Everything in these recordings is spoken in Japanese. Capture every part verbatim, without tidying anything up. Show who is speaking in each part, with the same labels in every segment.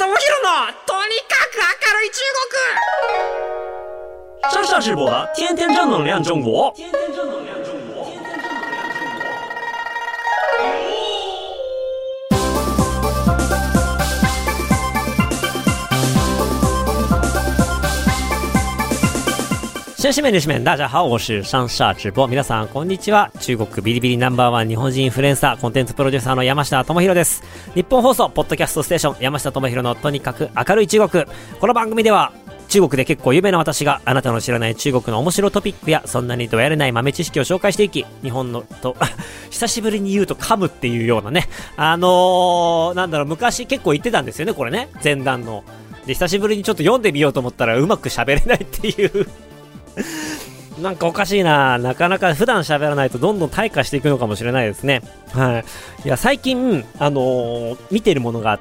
Speaker 1: 智弘のとにかく明るい中国。
Speaker 2: 上下直播的天天正能量中国。天天正能量中国。先生们、女士们、大家好，我是上下直播。皆さんこんにちは。中国ビリビリナンバーワン日本人インフルエンサー、コンテンツプロデューサーの山下智博です。日本放送ポッドキャストステーション、山下智博のとにかく明るい中国。この番組では中国で結構有名な私があなたの知らない中国の面白トピックやそんなにどやれない豆知識を紹介していき、日本のと久しぶりに言うと噛むっていうようなね、あのー、なんだろう、昔結構言ってたんですよね、これね、前段ので久しぶりにちょっと読んでみようと思ったらうまく喋れないっていうなんかおかしいな。なかなか普段喋らないとどんどん退化していくのかもしれないですね。はい。いや、最近、あのー、見てるものがあって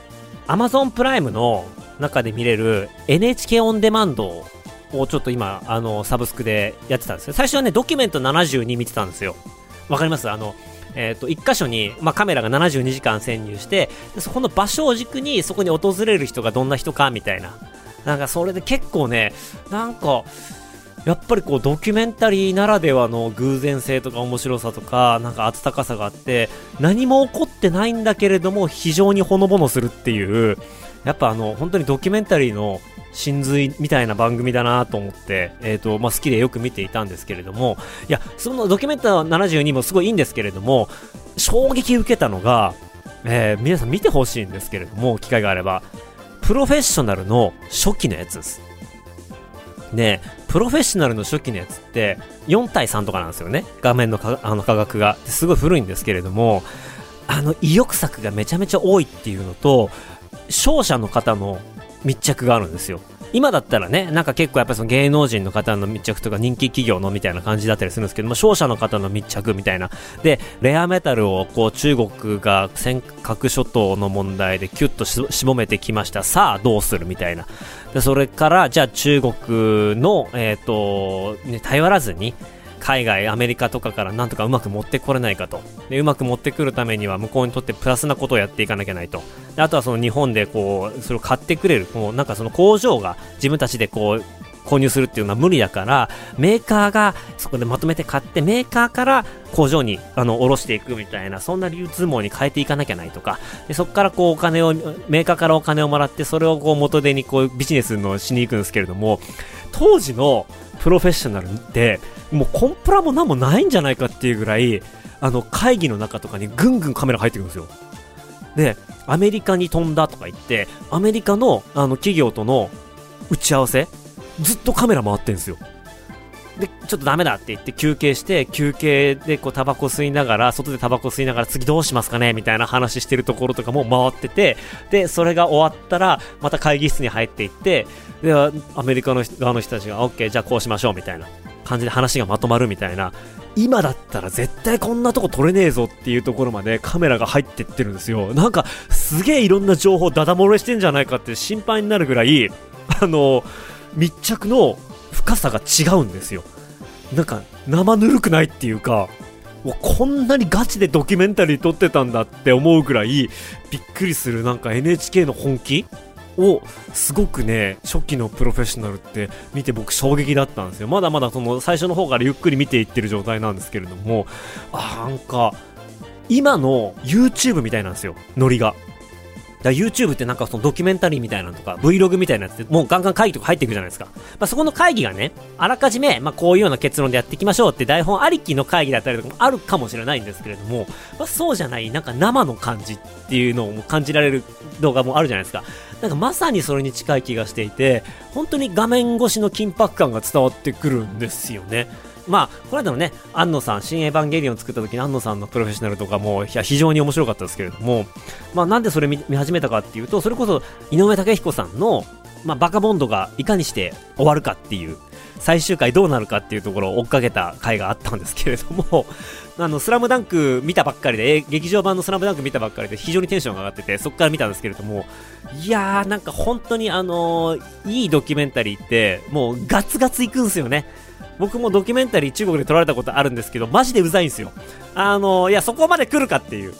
Speaker 2: 、Amazon プライムの中で見れる エヌエイチケー オンデマンドをちょっと今、あのー、サブスクでやってたんですよ。最初はね、ドキュメントななじゅうに見てたんですよ。わかります？あの、えっと、一箇所に、まあ、カメラがななじゅうにじかん潜入して、でそこの場所を軸にそこに訪れる人がどんな人かみたいな。なんかそれで結構ね、なんか、やっぱりこうドキュメンタリーならではの偶然性とか面白さとかなんか温かさがあって、何も起こってないんだけれども非常にほのぼのするっていう、やっぱあの本当にドキュメンタリーの真髄みたいな番組だなと思って、えーとまあ、好きでよく見ていたんですけれども、いやそのドキュメンタリーななじゅうにもすごいいいんですけれども、衝撃受けたのが、えー、皆さん見てほしいんですけれども、機会があればプロフェッショナルの初期のやつですね。プロフェッショナルの初期のやつってよんたいさんとかなんですよね。画面のかあの価格がすごい古いんですけれども、あの意欲作がめちゃめちゃ多いっていうのと、商社の方の密着があるんですよ。今だったらね、なんか結構やっぱりその芸能人の方の密着とか人気企業のみたいな感じだったりするんですけども、商社の方の密着みたいなで、レアメタルをこう中国が尖閣諸島の問題でキュッとししぼめてきました、さあどうするみたいな。でそれからじゃあ中国のえっとね、頼らずに海外アメリカとかからなんとかうまく持ってこれないかと。でうまく持ってくるためには向こうにとってプラスなことをやっていかなきゃないと。であとはその日本でこうそれを買ってくれる、もうなんかその工場が自分たちでこう購入するっていうのは無理だから、メーカーがそこでまとめて買ってメーカーから工場にあの卸していくみたいな、そんな流通網に変えていかなきゃないとか、でそこからこうお金をメーカーからお金をもらって、それをこう元手にこうビジネスのしに行くんですけれども、当時のプロフェッショナルってもうコンプラもなんもないんじゃないかっていうぐらい、あの会議の中とかにぐんぐんカメラが入ってくるんですよ。でアメリカに飛んだとか言って、アメリカのあの企業との打ち合わせずっとカメラ回ってんですよ。でちょっとダメだって言って休憩して、休憩でこうタバコ吸いながら、外でタバコ吸いながら次どうしますかねみたいな話してるところとかも回ってて、でそれが終わったらまた会議室に入っていって、でアメリカの側の人たちが OK じゃあこうしましょうみたいな感じで話がまとまるみたいな。今だったら絶対こんなとこ撮れねえぞっていうところまでカメラが入ってってるんですよ。なんかすげえいろんな情報ダダ漏れしてんじゃないかって心配になるぐらい、あの密着の深さが違うんですよ。なんか生ぬるくないっていうか、もうこんなにガチでドキュメンタリー撮ってたんだって思うぐらいびっくりする、なんか エヌエイチケー の本気をすごくね、初期のプロフェッショナルって見て僕衝撃だったんですよ。まだまだその最初の方からゆっくり見ていってる状態なんですけれども、あなんか今の YouTube みたいなんですよ、ノリが。だ YouTube ってなんかそのドキュメンタリーみたいなのとか Vlog みたいなやつってもうガンガン会議とか入っていくじゃないですか。まあ、そこの会議がね、あらかじめ、まあ、こういうような結論でやっていきましょうって台本ありきの会議だったりとかもあるかもしれないんですけれども、まあ、そうじゃないなんか生の感じっていうのを感じられる動画もあるじゃないですか。なんかまさにそれに近い気がしていて、本当に画面越しの緊迫感が伝わってくるんですよね。まあこの間のね、安野さん、新エヴァンゲリオンを作った時に安野さんのプロフェッショナルとかもいや非常に面白かったですけれども、まあなんでそれ 見, 見始めたかっていうと、それこそ井上武彦さんの、まあ、バカボンドがいかにして終わるかっていう、最終回どうなるかっていうところを追っかけた回があったんですけれども、あのスラムダンク見たばっかりで、劇場版のスラムダンク見たばっかりで非常にテンションが上がってて、そこから見たんですけれども、いやーなんか本当にあのー、いいドキュメンタリーってもうガツガツいくんですよね。僕もドキュメンタリー中国で撮られたことあるんですけど、マジでうざいんですよ。あのー、いやそこまで来るかっていう、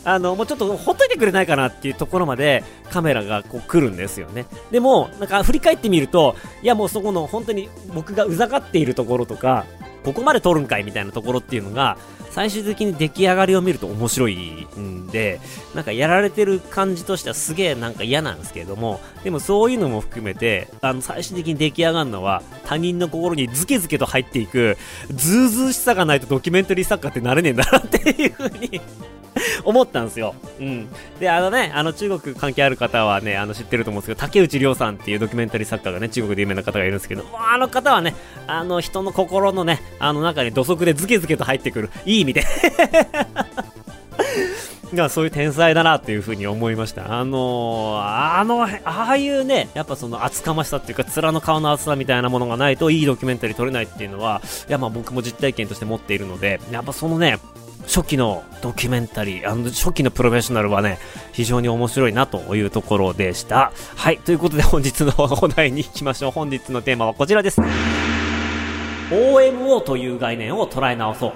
Speaker 2: あの、もうちょっとほっといてくれないかなっていうところまでカメラがこう来るんですよね。でも、なんか振り返ってみると、いやもうそこの本当に僕がうざがっているところとか、ここまで撮るんかいみたいなところっていうのが、最終的に出来上がりを見ると面白いんで、なんかやられてる感じとしてはすげえなんか嫌なんですけれども、でもそういうのも含めて、あの最終的に出来上がるのは他人の心にズケズケと入っていく、ズうずうしさがないとドキュメンタリー作家ってなれねえんだなっていう風に思ったんですよ。うん。で、あのね、あの中国関係ある方はね、あの知ってると思うんですけど、竹内涼さんっていうドキュメンタリー作家がね、中国で有名な方がいるんですけど、もうあの方はね、あの人の心のね、あの中に土足でズケズケと入ってくる、いい意味で。がそういう天才だなっていう風に思いました。あのー、あの、ああいうね、やっぱその厚かましさっていうか、面の顔の厚さみたいなものがないといいドキュメンタリー撮れないっていうのは、いやまあ僕も実体験として持っているので、やっぱそのね、初期のドキュメンタリー、あの初期のプロフェッショナルはね、非常に面白いなというところでした。はい、ということで本日のお題に行きましょう。本日のテーマはこちらです。オーエムオー という概念を捉え直そう。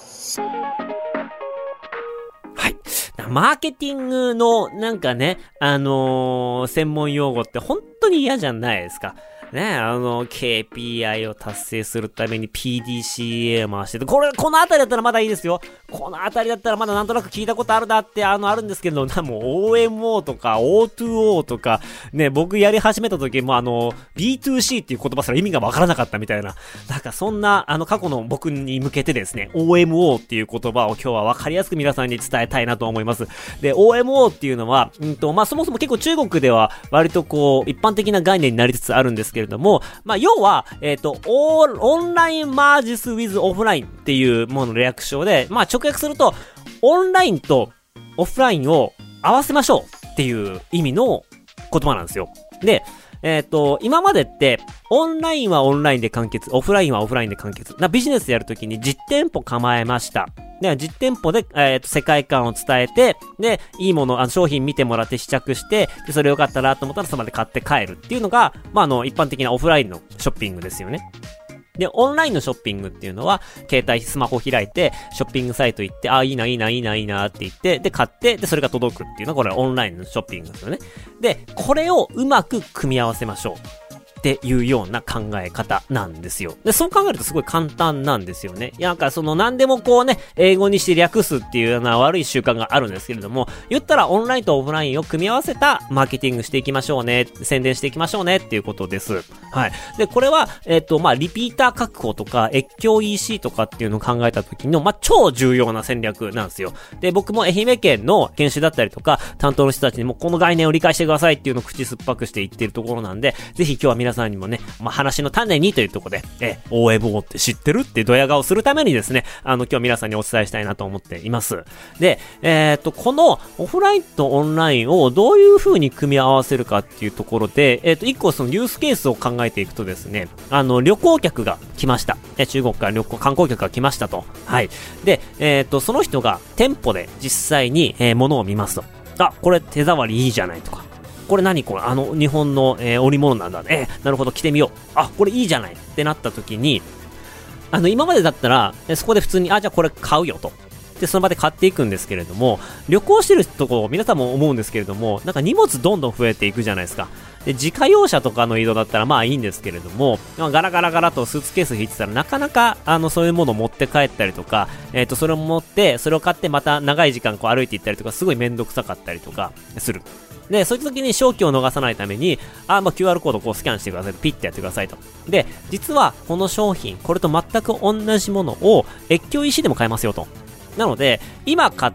Speaker 2: はい。マーケティングのなんかね、あのー、専門用語って本当に嫌じゃないですか。ね、あの、ケーピーアイ を達成するために ピーディーシーエー を回してて、これ、このあたりだったらまだいいですよ。このあたりだったらまだなんとなく聞いたことあるなって、あの、あるんですけど、な、もう オーエムオー とか オーツーオー とか、ね、僕やり始めた時もあの、ビーツーシー っていう言葉すら意味がわからなかったみたいな、なんかそんな、あの、過去の僕に向けてですね、オーエムオー っていう言葉を今日はわかりやすく皆さんに伝えたいなと思います。で、オーエムオー っていうのは、うんと、まあ、そもそも結構中国では割とこう、一般的な概念になりつつあるんですけれども、まあ、要は、えっと、オンラインマージス with オフラインっていうものの略称で、まあ、直訳すると、オンラインとオフラインを合わせましょうっていう意味の言葉なんですよ。で、えっと、今までって、オンラインはオンラインで完結、オフラインはオフラインで完結。なビジネスやるときに実店舗構えました。で、実店舗で、えっと、世界観を伝えて、で、いいもの、あの、商品見てもらって試着して、で、それよかったなと思ったらその場で買って帰るっていうのが、まあ、あの、一般的なオフラインのショッピングですよね。で、オンラインのショッピングっていうのは、携帯、スマホ開いて、ショッピングサイト行って、あ、いいな、いいな、いいな、いいなって言って、で、買って、で、それが届くっていうのが、これはオンラインのショッピングですよね。で、これをうまく組み合わせましょう。っていうような考え方なんですよ。で、そう考えるとすごい簡単なんですよね。いや、なんかその何でもこうね、英語にして略すっていうような悪い習慣があるんですけれども、言ったらオンラインとオフラインを組み合わせたマーケティングしていきましょうね、宣伝していきましょうねっていうことです。はい。で、これは、えっと、まあ、リピーター確保とか、越境 イーシー とかっていうのを考えた時の、まあ、超重要な戦略なんですよ。で、僕も愛媛県の研修だったりとか、担当の人たちにもこの概念を理解してくださいっていうのを口酸っぱくして言ってるところなんで、ぜひ今日は皆さんにもね、まあ、話の種にというところで、え、オーエムオー って知ってるってドヤ顔するためにですね、あの、今日皆さんにお伝えしたいなと思っています。で、えー、っと、このオフラインとオンラインをどういう風に組み合わせるかっていうところで、えー、っと、一個そのユースケースを考えていくとですね、あの、旅行客が来ました。中国から旅行、観光客が来ましたと。はい。で、えー、っと、その人が店舗で実際に、えー、物を見ますと。あ、これ手触りいいじゃないとか。これ何これあの日本の、えー、織物なんだ。えー、なるほど着てみよう。あ、これいいじゃないってなった時に、あの今までだったら、えー、そこで普通にあじゃあこれ買うよと。でその場で買っていくんですけれども、旅行してるとこ皆さんも思うんですけれども、なんか荷物どんどん増えていくじゃないですか。で自家用車とかの移動だったらまあいいんですけれども、ガラガラガラとスーツケース引いてたらなかなかあのそういうものを持って帰ったりとか、えっとそれを持ってそれを買ってまた長い時間こう歩いていったりとかすごいめんどくさかったりとかする。で、そういった時に商機を逃さないために、あ、まあ、キューアール コードをこうスキャンしてくださいと、ピッてやってくださいと。で、実はこの商品、これと全く同じものを越境 イーシー でも買えますよと。なので、今買って、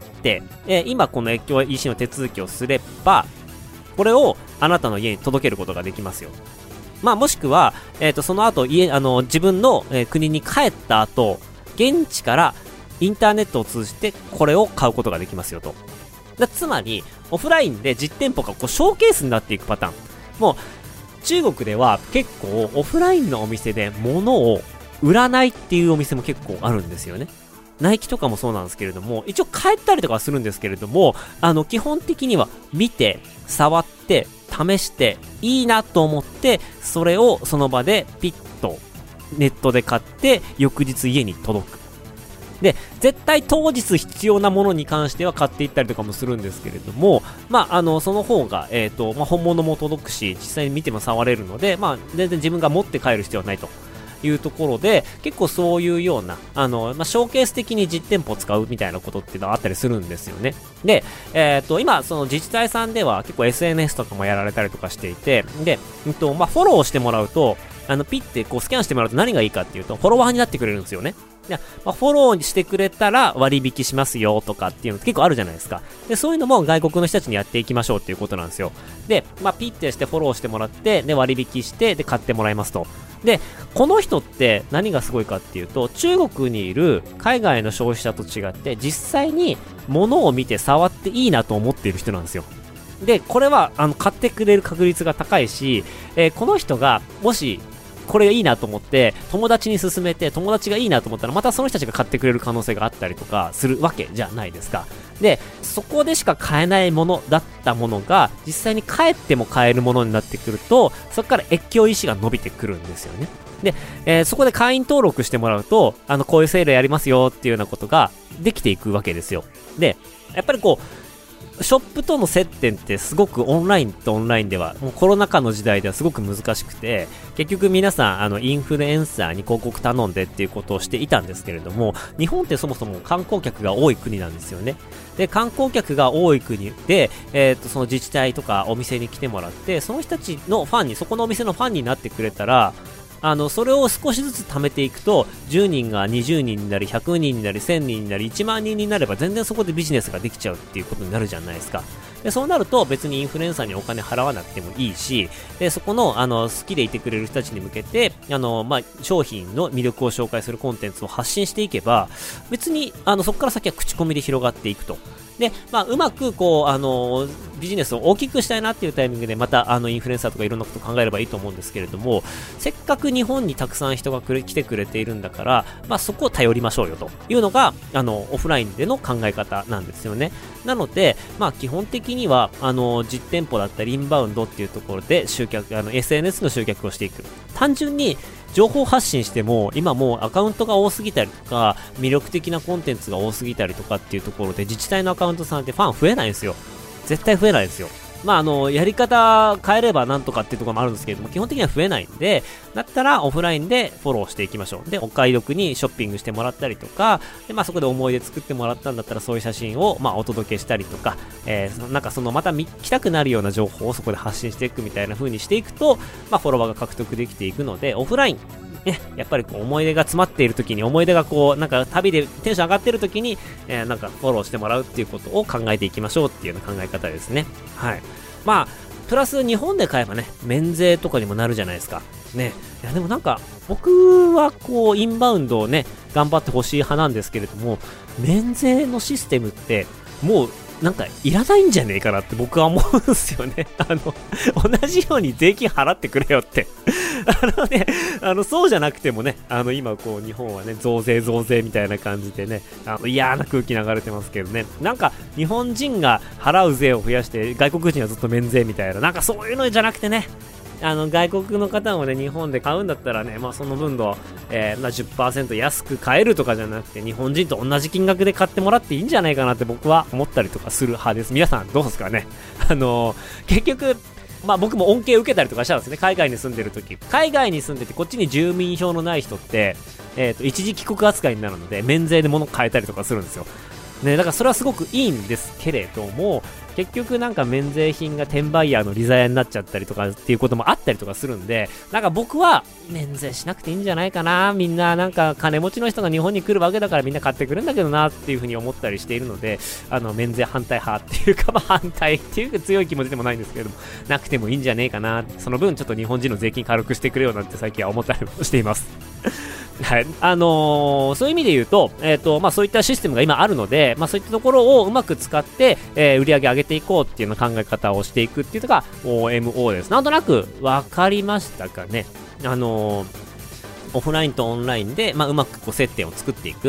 Speaker 2: えー、今この越境 イーシー の手続きをすれば、これをあなたの家に届けることができますよ。まあ、もしくは、えっと、その後、家、あの、自分の、えー、国に帰った後、現地からインターネットを通じてこれを買うことができますよと。だつまりオフラインで実店舗がこうショーケースになっていくパターン。もう中国では結構オフラインのお店で物を売らないっていうお店も結構あるんですよね。ナイキとかもそうなんですけれども、一応買えたりとかはするんですけれども、あの基本的には見て触って試していいなと思って、それをその場でピッとネットで買って翌日家に届く。 で、絶対当日必要なものに関しては買っていったりとかもするんですけれども、まあ、あの、その方が、えっと、まあ、本物も届くし、実際に見ても触れるので、まあ、全然自分が持って帰る必要はないというところで、結構そういうような、あの、まあ、ショーケース的に実店舗を使うみたいなことっていうのはあったりするんですよね。で、えっと、今、その自治体さんでは結構 エスエヌエス とかもやられたりとかしていて、で、うんと、まあ、フォローしてもらうと、あの、ピッてこうスキャンしてもらうと何がいいかっていうと、フォロワーになってくれるんですよね。いや、まあ、フォローしてくれたら割引しますよとかっていうの結構あるじゃないですか。で、そういうのも外国の人たちにやっていきましょうっていうことなんですよ。で、まあ、ピッてしてフォローしてもらって、で、割引して、で、買ってもらいますと。で、この人って何がすごいかっていうと、中国にいる海外の消費者と違って、実際に物を見て触っていいなと思っている人なんですよ。で、これは、あの、買ってくれる確率が高いし、えー、この人が、もし、これがいいなと思って友達に勧めて友達がいいなと思ったらまたその人たちが買ってくれる可能性があったりとかするわけじゃないですか。で、そこでしか買えないものだったものが実際に帰っても買えるものになってくると、そこから越境意思が伸びてくるんですよね。で、えー、そこで会員登録してもらうと、あのこういうセールやりますよっていうようなことができていくわけですよ。で、やっぱりこうショップとの接点ってすごくオンラインとオンラインではもうコロナ禍の時代ではすごく難しくて、結局皆さんあのインフルエンサーに広告頼んでっていうことをしていたんですけれども、日本ってそもそも観光客が多い国なんですよね。で、観光客が多い国で、えー、とその自治体とかお店に来てもらって、その人たちのファンに、そこのお店のファンになってくれたら、あのそれを少しずつ貯めていくとじゅうにんがにじゅうにんになりひゃくにんになりせんにんになりいちまんにんになれば全然そこでビジネスができちゃうっていうことになるじゃないですか。で、そうなると別にインフルエンサーにお金払わなくてもいいし、でそこのあの好きでいてくれる人たちに向けてあの、まあ、商品の魅力を紹介するコンテンツを発信していけば、別にあのそこから先は口コミで広がっていくと。で、まあ、うまくこうあのビジネスを大きくしたいなっていうタイミングでまたあのインフルエンサーとかいろんなことを考えればいいと思うんですけれども、せっかく日本にたくさん人が来てくれているんだから、まあ、そこを頼りましょうよというのがあのオフラインでの考え方なんですよね。なので、まあ、基本的にはあの実店舗だったりインバウンドっていうところで集客、あの エスエヌエス の集客をしていく。単純に情報発信しても今もうアカウントが多すぎたりとか魅力的なコンテンツが多すぎたりとかっていうところで自治体のアカウントさんってファン増えないんですよ。絶対増えないですよ。まああのやり方変えればなんとかっていうところもあるんですけれども、基本的には増えないんで、だったらオフラインでフォローしていきましょう。で、お買い得にショッピングしてもらったりとかで、まあそこで思い出作ってもらったんだったらそういう写真をまあお届けしたりとか、えー、なんかそのまた見来たくなるような情報をそこで発信していくみたいな風にしていくと、まあフォロワーが獲得できていくので、オフラインね、やっぱりこう思い出が詰まっている時に、思い出がこうなんか旅でテンション上がっている時に、えー、なんかフォローしてもらうっていうことを考えていきましょうっていうような考え方ですね。はい。まあプラス日本で買えばね、免税とかにもなるじゃないですかね。いやでもなんか僕はこうインバウンドをね頑張ってほしい派なんですけれども、免税のシステムってもうなんかいらないんじゃねえかなって僕は思うんですよね。あの同じように税金払ってくれよってあのね、あのそうじゃなくてもね、あの今こう日本はね増税増税みたいな感じでね、あの嫌な空気流れてますけどね、なんか日本人が払う税を増やして外国人はずっと免税みたいな、なんかそういうのじゃなくてね、あの外国の方もね日本で買うんだったらね、まあその分の、えーまあ、じゅっパーセント 安く買えるとかじゃなくて、日本人と同じ金額で買ってもらっていいんじゃないかなって僕は思ったりとかする派です。皆さんどうですかね。あのー、結局まあ僕も恩恵を受けたりとかしたんですね。海外に住んでる時、海外に住んでてこっちに住民票のない人って、えーと一時帰国扱いになるので免税で物買えたりとかするんですよね。だからそれはすごくいいんですけれども、結局なんか免税品が転売ヤーの利ざやになっちゃったりとかっていうこともあったりとかするんで、なんか僕は免税しなくていいんじゃないかな、みんななんか金持ちの人が日本に来るわけだからみんな買ってくるんだけどなっていうふうに思ったりしているので、あの免税反対派っていうか、まあ反対っていうか強い気持ちでもないんですけれども、なくてもいいんじゃねえかな、その分ちょっと日本人の税金軽くしてくれよなんて最近は思ったりもしていますはい、あのー、そういう意味で言うと、えっと、まあ、そういったシステムが今あるので、まあ、そういったところをうまく使って、えー、売り上げ上げていこうっていうような考え方をしていくっていうのが オーエムオー です。なんとなく分かりましたかね。あのー、オフラインとオンラインで、まあ、うまくこう接点を作っていく。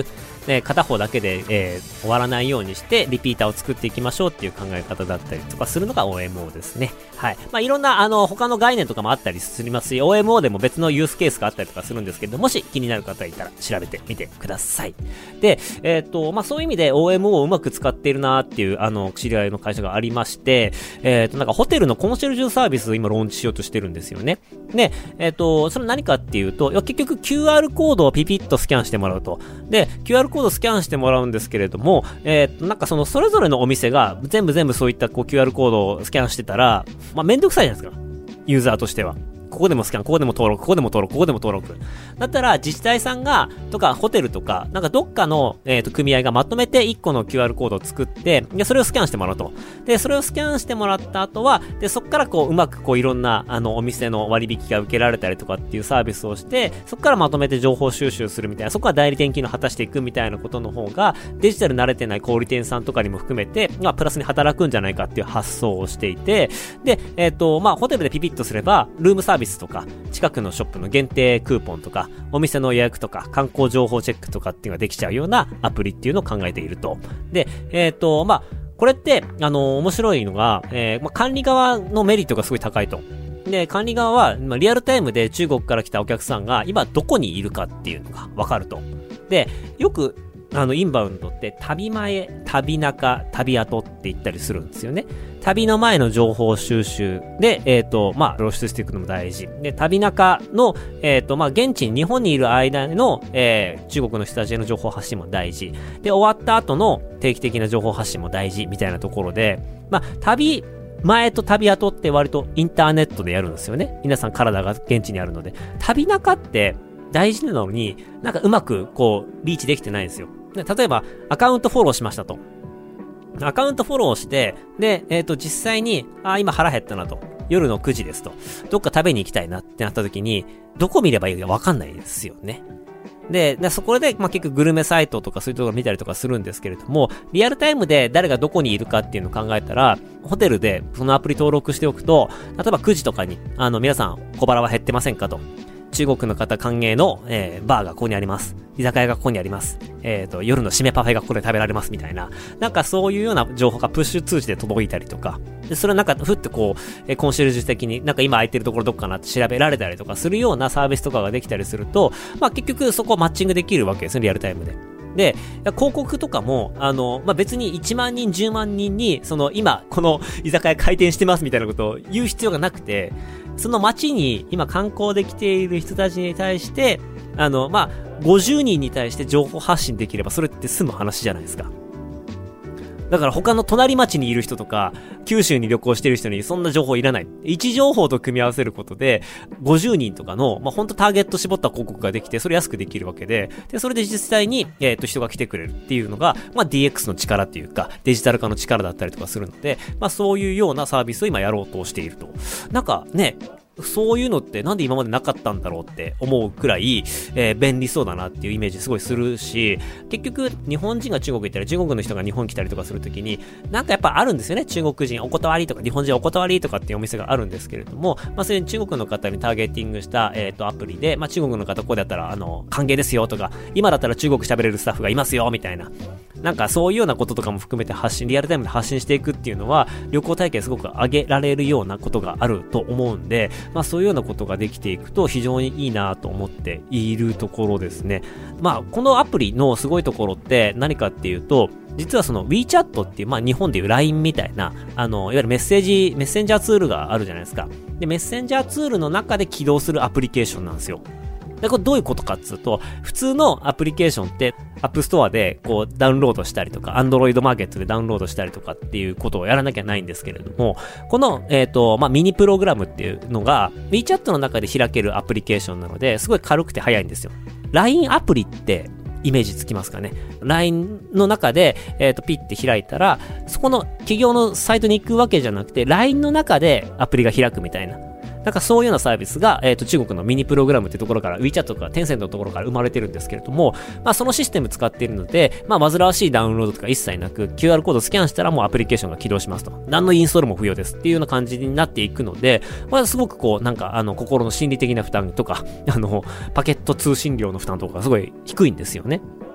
Speaker 2: えー、片方だけで、えー、終わらないようにしてリピーターを作っていきましょうっていう考え方だったりとかするのが オーエムオー ですね。はい。まあいろんなあの他の概念とかもあったりしますし、 オーエムオー でも別のユースケースがあったりとかするんですけど、もし気になる方いたら調べてみてください。で、えっとまあそういう意味で オーエムオー をうまく使っているなーっていうあの知り合いの会社がありまして、えっとなんかホテルのコンシェルジュサービスを今ローンチしようとしてるんですよね。で、えっとそれ何かっていうと、結局 キューアール コードをピピッとスキャンしてもらうと。で、キューアール コードをスキャンしてもらうんですけれども、えっとなんかそのそれぞれのお店が全部全部そういったこう キューアール コードをスキャンしてたら、まあめんどくさいじゃないですか。ユーザーとしては。ここでもスキャン、ここでも登録、ここでも登録、ここでも登録。だったら自治体さんが、とかホテルとか、なんかどっかの、えっと、組合がまとめていっこの キューアール コードを作って、で、それをスキャンしてもらうと。で、それをスキャンしてもらった後は、で、そっからこう、うまくこう、いろんな、あの、お店の割引が受けられたりとかっていうサービスをして、そっからまとめて情報収集するみたいな、そこは代理店機能を果たしていくみたいなことの方が、デジタル慣れてない小売店さんとかにも含めて、まあ、プラスに働くんじゃないかっていう発想をしていて、で、えっと、まあ、ホテルでピピッとすれば、ルームサービスとか、近くのショップの限定クーポンとか、お店の予約とか、観光情報チェックとかっていうのができちゃうようなアプリっていうのを考えていると。で、えっと、まあ、これって、あの、面白いのが、えー、まあ、管理側のメリットがすごい高いと。で、管理側は、まあ、リアルタイムで中国から来たお客さんが今どこにいるかっていうのがわかると。で、よく、あの、インバウンドって、旅前、旅中、旅後って言ったりするんですよね。旅の前の情報収集で、えっと、まあ、露出していくのも大事。で、旅中の、えっと、まあ、現地に日本にいる間の、えー、中国の人たちへの情報発信も大事。で、終わった後の定期的な情報発信も大事みたいなところで、まあ、旅、前と旅後って割とインターネットでやるんですよね。皆さん体が現地にあるので。旅中って大事なのに、なんかうまくこう、リーチできてないんですよ。例えば、アカウントフォローしましたと。アカウントフォローして、で、えっと、実際に、あ、今腹減ったなと。夜のくじですと。どっか食べに行きたいなってなった時に、どこ見ればいいかわかんないですよね。で、でそこで、まあ、結局グルメサイトとかそういうところを見たりとかするんですけれども、リアルタイムで誰がどこにいるかっていうのを考えたら、ホテルでそのアプリ登録しておくと、例えばくじとかに、あの、皆さん小腹は減ってませんかと。中国の方歓迎の、えー、バーがここにあります。居酒屋がここにあります。えっと、夜の締めパフェがここで食べられますみたいな。なんかそういうような情報がプッシュ通知で届いたりとか。で、それをなんか、ふってこう、えー、コンシェルジュ的になんか今空いてるところどっかなって調べられたりとかするようなサービスとかができたりすると、まあ結局そこをマッチングできるわけですね、リアルタイムで。で、広告とかも、あの、まあ、別にいちまんにん、じゅうまんにんに、その今、この居酒屋開店してますみたいなことを言う必要がなくて、その街に今観光で来ている人たちに対して、あの、まあ、ごじゅうにんに対して情報発信できれば、それって済む話じゃないですか。だから他の隣町にいる人とか、九州に旅行してる人にそんな情報いらない。位置情報と組み合わせることで、ごじゅうにんとかの、まあ、ほんとターゲット絞った広告ができて、それ安くできるわけで、で、それで実際に、えっと、人が来てくれるっていうのが、まあ、ディーエックス の力っていうか、デジタル化の力だったりとかするので、まあ、そういうようなサービスを今やろうとしていると。なんかね、そういうのってなんで今までなかったんだろうって思うくらい、えー、便利そうだなっていうイメージすごいするし、結局日本人が中国行ったり中国の人が日本来たりとかするときになんかやっぱあるんですよね。中国人お断りとか日本人お断りとかっていうお店があるんですけれども、まあそういう中国の方にターゲティングした、えー、とアプリで、まあ中国の方ここだったらあの歓迎ですよとか、今だったら中国喋れるスタッフがいますよみたいな、なんかそういうようなこととかも含めて発信、リアルタイムで発信していくっていうのは旅行体験すごく上げられるようなことがあると思うんで、まあそういうようなことができていくと非常にいいなと思っているところですね。まあこのアプリのすごいところって何かっていうと、実はその WeChat っていう、まあ日本でいう ライン みたいな、あの、いわゆるメッセージ、メッセンジャーツールがあるじゃないですか。で、メッセンジャーツールの中で起動するアプリケーションなんですよ。で、これどういうことかっつうと、普通のアプリケーションって、アップストアでこうダウンロードしたりとか、Android マーケットでダウンロードしたりとかっていうことをやらなきゃないんですけれども、この、えっと、まあ、ミニプログラムっていうのが、WeChat の中で開けるアプリケーションなので、すごい軽くて早いんですよ。ライン アプリって、イメージつきますかね。ライン の中で、えっと、ピッて開いたら、そこの企業のサイトに行くわけじゃなくて、ライン の中でアプリが開くみたいな。なんかそういうようなサービスが、えっと、中国のミニプログラムっていうところから、WeChat とか Tencent のところから生まれてるんですけれども、まあそのシステム使っているので、まあ煩わしいダウンロードとか一切なく、キューアール コードスキャンしたらもうアプリケーションが起動しますと。何のインストールも不要ですっていうような感じになっていくので、まあすごくこう、なんかあの、心の心理的な負担とか、あの、パケット通信料の負担とかがすごい低いんですよね。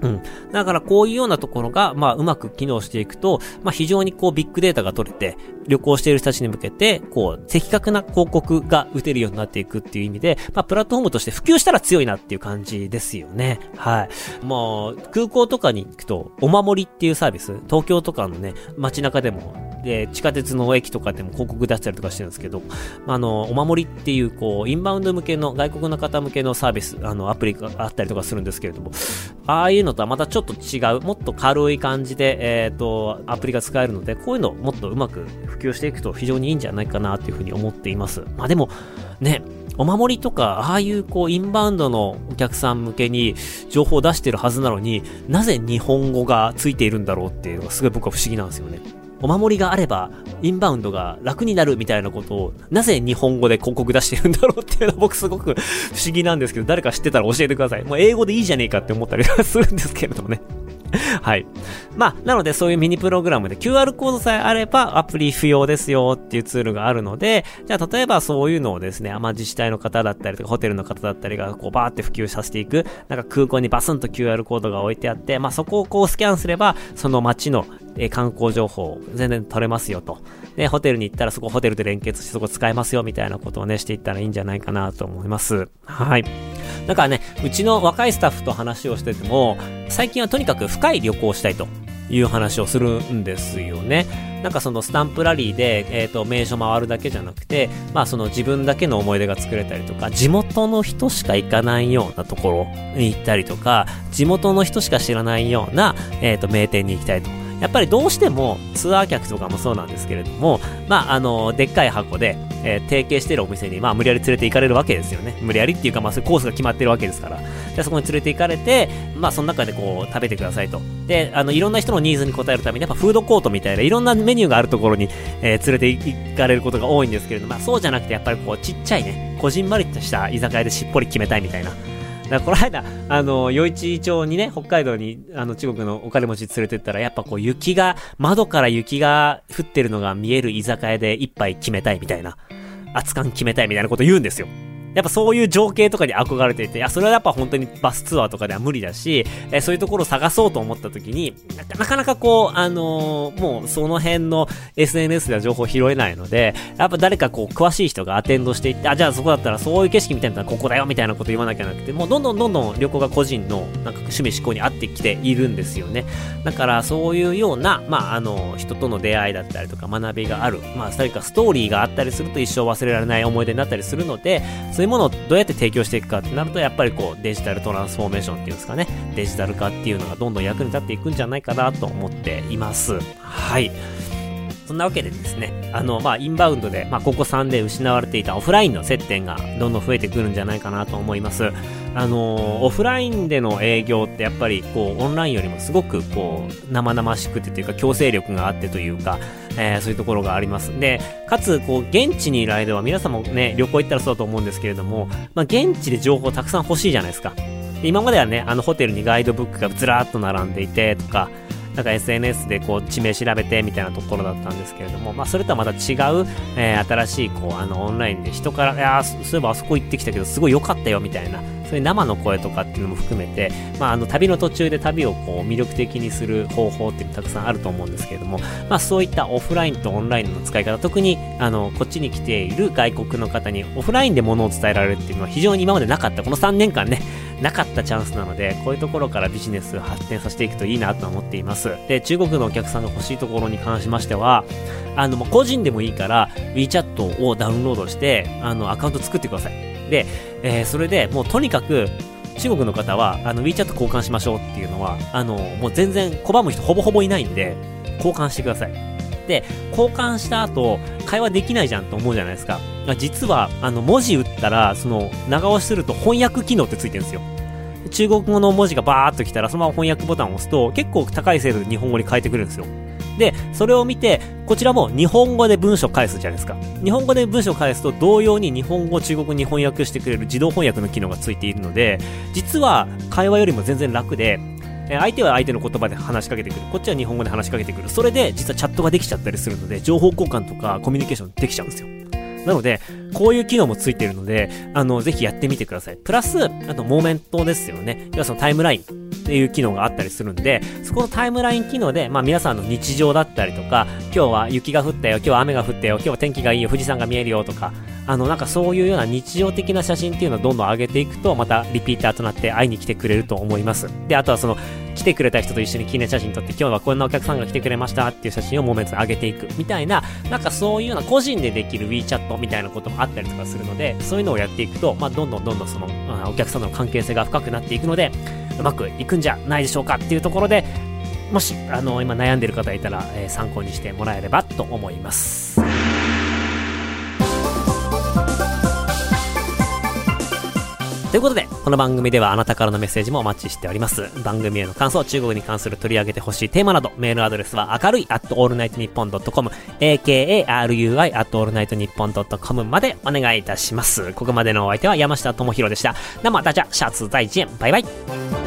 Speaker 2: うん。だからこういうようなところが、まあうまく機能していくと、まあ非常にこうビッグデータが取れて、旅行している人たちに向けて、こう、的確な広告が打てるようになっていくっていう意味で、まあプラットフォームとして普及したら強いなっていう感じですよね。はい。まあ、空港とかに行くと、お守りっていうサービス、東京とかのね、街中でも、で、地下鉄の駅とかでも広告出したりとかしてるんですけど、あの、お守りっていう、こう、インバウンド向けの、外国の方向けのサービス、あの、アプリがあったりとかするんですけれども、ああいうのとはまたちょっと違う、もっと軽い感じで、えっと、アプリが使えるので、こういうのをもっとうまく普及していくと非常にいいんじゃないかなというふうに思っています。まあでも、ね、お守りとか、ああいうこう、インバウンドのお客さん向けに情報を出してるはずなのに、なぜ日本語がついているんだろうっていうのがすごい僕は不思議なんですよね。お守りがあれば、インバウンドが楽になるみたいなことを、なぜ日本語で広告出してるんだろうっていうのは僕すごく不思議なんですけど、誰か知ってたら教えてください。もう英語でいいじゃねえかって思ったりするんですけれどもね。はい。まあ、なのでそういうミニプログラムで キューアール コードさえあればアプリ不要ですよっていうツールがあるので、じゃあ例えばそういうのをですね、まあ自治体の方だったりとかホテルの方だったりがこうバーって普及させていく、なんか空港にバスンと キューアール コードが置いてあって、まあそこをこうスキャンすれば、その街のえー、観光情報全然取れますよと。で、ホテルに行ったらそこホテルで連結してそこ使えますよみたいなことをね、していったらいいんじゃないかなと思います。はい。だからね、うちの若いスタッフと話をしてても、最近はとにかく深い旅行をしたいという話をするんですよね。なんかそのスタンプラリーで、えっと、名所回るだけじゃなくて、まあその自分だけの思い出が作れたりとか、地元の人しか行かないようなところに行ったりとか、地元の人しか知らないような、えっと、名店に行きたいと。やっぱりどうしてもツアー客とかもそうなんですけれども、まあ、あの、でっかい箱で、えー、提携してるお店に、まあ、無理やり連れて行かれるわけですよね。無理やりっていうか、まあ、そういうコースが決まってるわけですから。で、そこに連れて行かれて、まあ、その中でこう、食べてくださいと。で、あの、いろんな人のニーズに応えるために、やっぱフードコートみたいな、いろんなメニューがあるところに、えー、連れて行かれることが多いんですけれども、まあ、そうじゃなくて、やっぱりこう、ちっちゃいね、こじんまりとした居酒屋でしっぽり決めたいみたいな。だからこの間、あの、余市町にね、北海道に、あの、中国のお金持ち連れてったら、やっぱこう、雪が、窓から雪が降ってるのが見える居酒屋で一杯決めたいみたいな、熱燗決めたいみたいなこと言うんですよ。やっぱそういう情景とかに憧れていて、いや、それはやっぱ本当にバスツアーとかでは無理だし、えー、そういうところを探そうと思った時に、なかなかこう、あのー、もうその辺の エスエヌエス では情報拾えないので、やっぱ誰かこう、詳しい人がアテンドしていって、あ、じゃあそこだったらそういう景色みたいなのはここだよみたいなこと言わなきゃなくて、もうどんどんどんどん旅行が個人のなんか趣味思考に合ってきているんですよね。だからそういうような、まあ、あの、人との出会いだったりとか学びがある、まあ、何かストーリーがあったりすると一生忘れられない思い出になったりするので、そういうものをどうやって提供していくかってなると、やっぱりこうデジタルトランスフォーメーションっていうんですかね、デジタル化っていうのがどんどん役に立っていくんじゃないかなと思っています。はい。そんなわけでですね、あの、まあ、インバウンドで、まあ、ここさんねん失われていたオフラインの接点がどんどん増えてくるんじゃないかなと思います。あのー、オフラインでの営業ってやっぱりこう、オンラインよりもすごくこう、生々しくてというか、強制力があってというか、えー、そういうところがあります。で、かつ、こう、現地にいる間は皆さんもね、旅行行ったらそうだと思うんですけれども、まあ、現地で情報たくさん欲しいじゃないですか。今まではね、あの、ホテルにガイドブックがずらーっと並んでいてとか、なんか エスエヌエス でこう地名調べてみたいなところだったんですけれども、まあそれとはまた違う、えー、新しいこうあのオンラインで人から、いやーそういえばあそこ行ってきたけどすごい良かったよみたいな、そういう生の声とかっていうのも含めて、まああの旅の途中で旅をこう魅力的にする方法っていうのたくさんあると思うんですけれども、まあそういったオフラインとオンラインの使い方、特にあのこっちに来ている外国の方にオフラインで物を伝えられるっていうのは非常に今までなかった、このさんねんかんね、なかったチャンスなので、こういうところからビジネスを発展させていくといいなと思っています。で、中国のお客さんが欲しいところに関しましては、あの、もう個人でもいいから WeChat をダウンロードして、あの、アカウント作ってください。で、えー、それでもうとにかく、中国の方は、あの、WeChat 交換しましょうっていうのは、あの、もう全然拒む人ほぼほぼいないんで、交換してください。で、交換した後、会話できないじゃんと思うじゃないですか。実は、あの、文字打ったら、その、長押しすると翻訳機能ってついてるんですよ。中国語の文字がバーっと来たら、そのまま翻訳ボタンを押すと、結構高い精度で日本語に変えてくるんですよ。で、それを見て、こちらも日本語で文章を返すじゃないですか。日本語で文章を返すと、同様に日本語を中国語に翻訳してくれる自動翻訳の機能がついているので、実は会話よりも全然楽で、相手は相手の言葉で話しかけてくる。こっちは日本語で話しかけてくる。それで実はチャットができちゃったりするので、情報交換とかコミュニケーションできちゃうんですよ。 なので、こういう機能もついているので、あの、ぜひやってみてください。プラス、あと、モーメントですよね。要はそのタイムラインっていう機能があったりするんで、そこのタイムライン機能で、まあ皆さんの日常だったりとか、今日は雪が降ったよ、今日は雨が降ったよ、今日は天気がいいよ、富士山が見えるよとか、あの、なんかそういうような日常的な写真っていうのをどんどん上げていくと、またリピーターとなって会いに来てくれると思います。で、あとはその、来てくれた人と一緒に記念写真撮って、今日はこんなお客さんが来てくれましたっていう写真をモーメントに上げていくみたいな、なんかそういうような個人でできる WeChat みたいなこともあったりとかするので、そういうのをやっていくと、まあどんどんどんどんその、お客さんとの関係性が深くなっていくので、うまくいくんじゃないでしょうかっていうところで、もし、あの、今悩んでる方いたら、えー、参考にしてもらえればと思います。ということで、この番組ではあなたからのメッセージもお待ちしております。番組への感想、中国に関する取り上げてほしいテーマなど、メールアドレスは明るい アットオールナイトニッポンドットコム、エーケーエーアールユーアイ アットオールナイトニッポンドットコム までお願いいたします。ここまでのお相手は山下智博でした。那么大家下次再见。バイバイ。